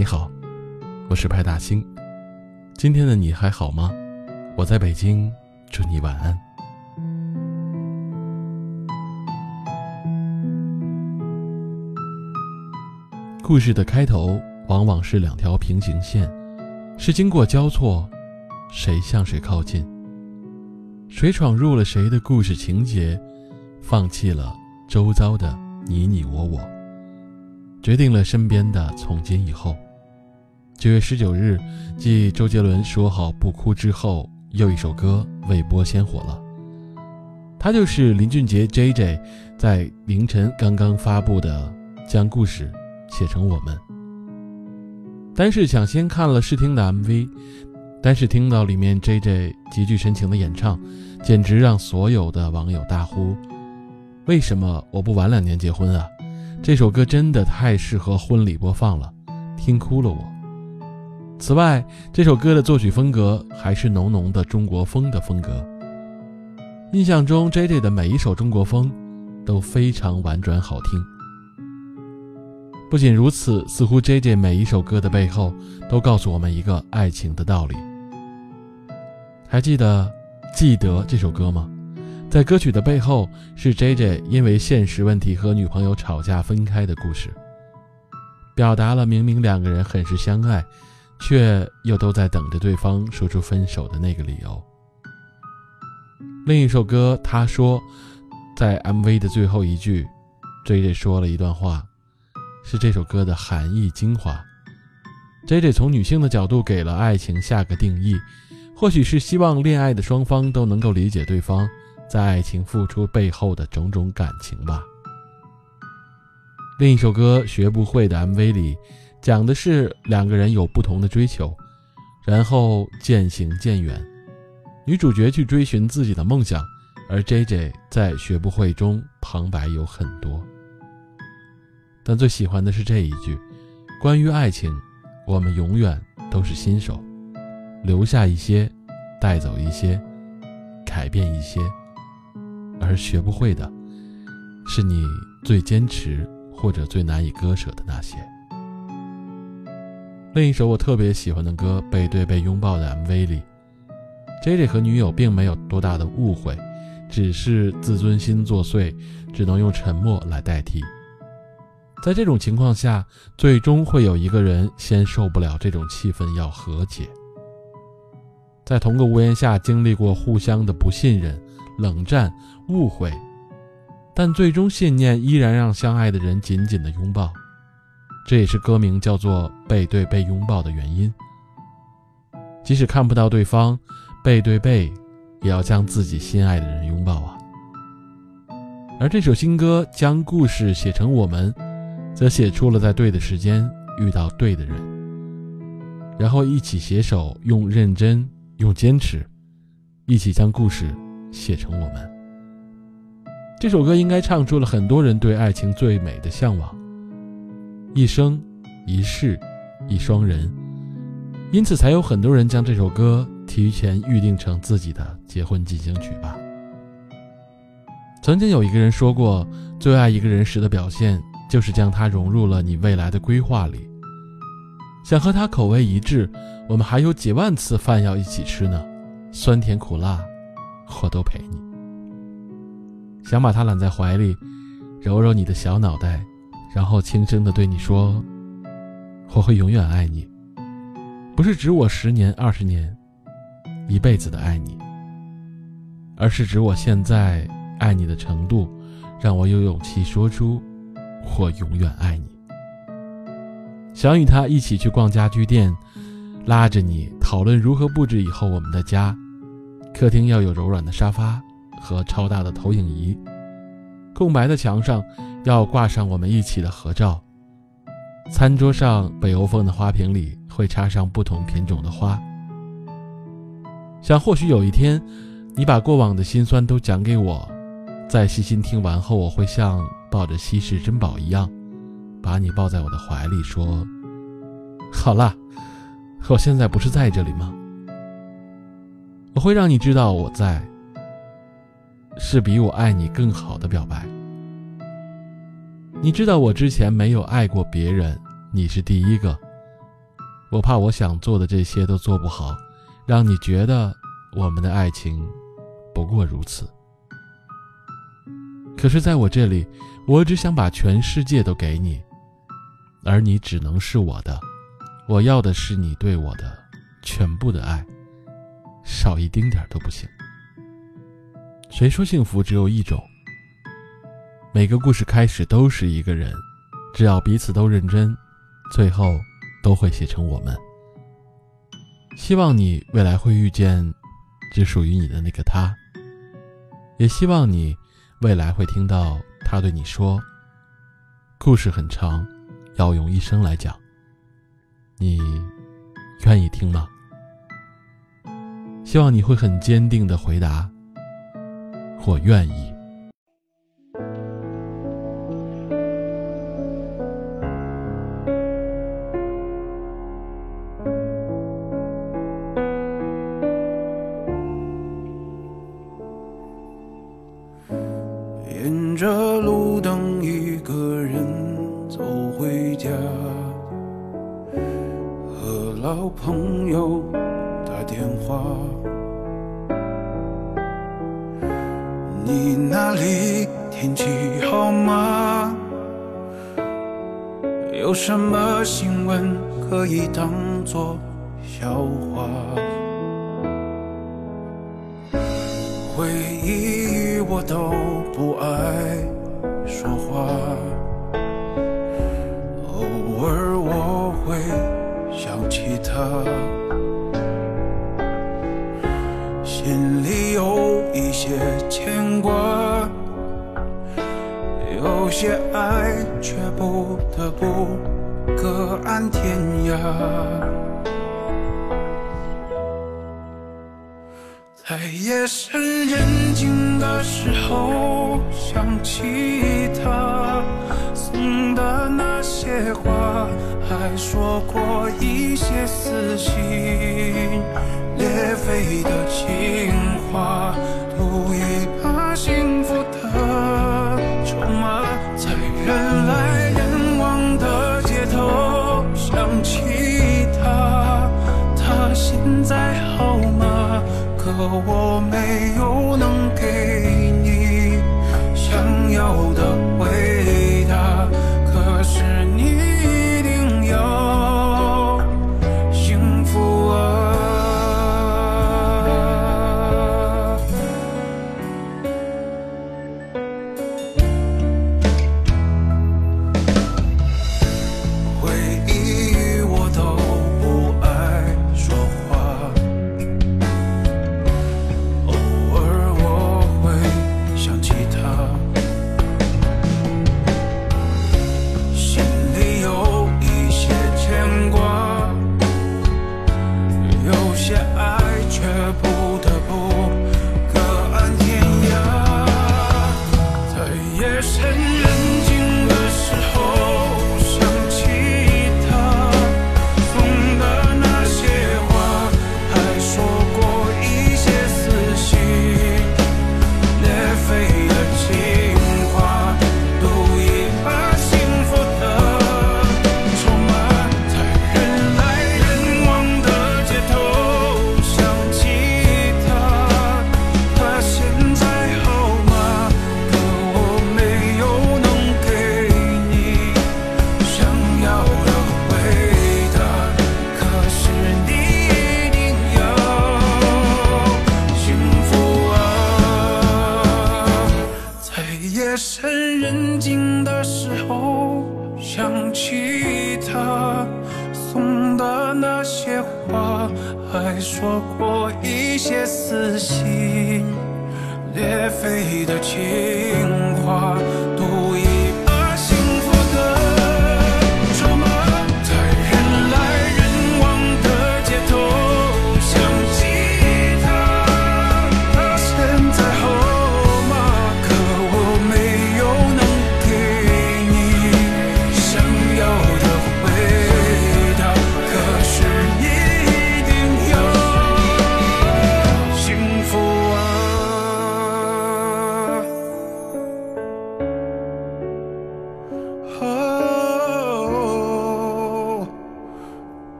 你好，我是派大星。今天的你还好吗？我在北京，祝你晚安。故事的开头往往是两条平行线，是经过交错，谁向谁靠近，谁闯入了谁的故事情节，放弃了周遭的你你我我，决定了身边的从今以后。9月19日，继周杰伦说好不哭之后，又一首歌未播先火了。他就是林俊杰 JJ 在凌晨刚刚发布的将故事写成我们。单是抢先看了试听的 MV， 单是听到里面 JJ 极具深情的演唱，简直让所有的网友大呼，为什么我不晚2年结婚啊？这首歌真的太适合婚礼播放了，听哭了我。此外，这首歌的作曲风格还是浓浓的中国风的风格。印象中 JJ 的每一首中国风都非常婉转好听。不仅如此，似乎 JJ 每一首歌的背后都告诉我们一个爱情的道理。还记得这首歌吗？在歌曲的背后是 JJ 因为现实问题和女朋友吵架分开的故事，表达了明明两个人很是相爱，却又都在等着对方说出分手的那个理由。另一首歌他说，在 MV 的最后一句 JJ 说了一段话，是这首歌的含义精华。 JJ 从女性的角度给了爱情下个定义，或许是希望恋爱的双方都能够理解对方在爱情付出背后的种种感情吧。另一首歌学不会的 MV 里讲的是两个人有不同的追求，然后渐行渐远，女主角去追寻自己的梦想，而 JJ 在学不会中旁白有很多。但最喜欢的是这一句，关于爱情，我们永远都是新手，留下一些，带走一些，改变一些，而学不会的是你最坚持或者最难以割舍的那些。另一首我特别喜欢的歌，背对背拥抱的 MV 里， JJ 和女友并没有多大的误会，只是自尊心作祟，只能用沉默来代替。在这种情况下，最终会有一个人先受不了这种气氛要和解。在同个屋檐下经历过互相的不信任、冷战、误会，但最终信念依然让相爱的人紧紧地拥抱。这也是歌名叫做背对背拥抱的原因。即使看不到对方，背对背也要将自己心爱的人拥抱啊。而这首新歌将故事写成我们，则写出了在对的时间遇到对的人，然后一起携手，用认真，用坚持，一起将故事写成我们。这首歌应该唱出了很多人对爱情最美的向往，一生一世一双人，因此才有很多人将这首歌提前预定成自己的结婚进行曲吧。曾经有一个人说过，最爱一个人时的表现就是将他融入了你未来的规划里。想和他口味一致，我们还有几万次饭要一起吃呢，酸甜苦辣我都陪你。想把他揽在怀里，揉揉你的小脑袋，然后轻声地对你说，我会永远爱你，不是指我10年20年一辈子的爱你，而是指我现在爱你的程度，让我有勇气说出我永远爱你。想与他一起去逛家居店，拉着你讨论如何布置以后我们的家，客厅要有柔软的沙发和超大的投影仪，空白的墙上要挂上我们一起的合照，餐桌上北欧风的花瓶里会插上不同品种的花。想或许有一天你把过往的辛酸都讲给我，在细心听完后，我会像抱着稀世珍宝一样把你抱在我的怀里，说好啦，我现在不是在这里吗？我会让你知道我在，是比我爱你更好的表白。你知道我之前没有爱过别人，你是第一个， 我怕我想做的这些都做不好，让你觉得我们的爱情不过如此。可是在我这里，我只想把全世界都给你，而你只能是我的。我要的是你对我的全部的爱，少一丁点都不行。谁说幸福只有一种？每个故事开始都是一个人，只要彼此都认真，最后都会写成我们。希望你未来会遇见只属于你的那个他，也希望你未来会听到他对你说，故事很长，要用一生来讲，你愿意听吗？希望你会很坚定地回答，我愿意。 沿着路灯一个人走回家，和老朋友打电话，你那里天气好吗？有什么新闻可以当作笑话？回忆我都不爱说话，偶尔我会想起他，心里有一些牵挂，有些爱却不得不各安天涯。在夜深人静的时候，想起他送的那些话，还说过一些撕心裂肺的情话，赌一把幸福的筹码，在人来人往的街头想起他，他现在好吗？可我没有能给你想要的回答，可是你一定要幸福啊。回忆我都不爱说话，夜深人静的时候，想起他送的那些话，还说过一些撕心裂肺的情话。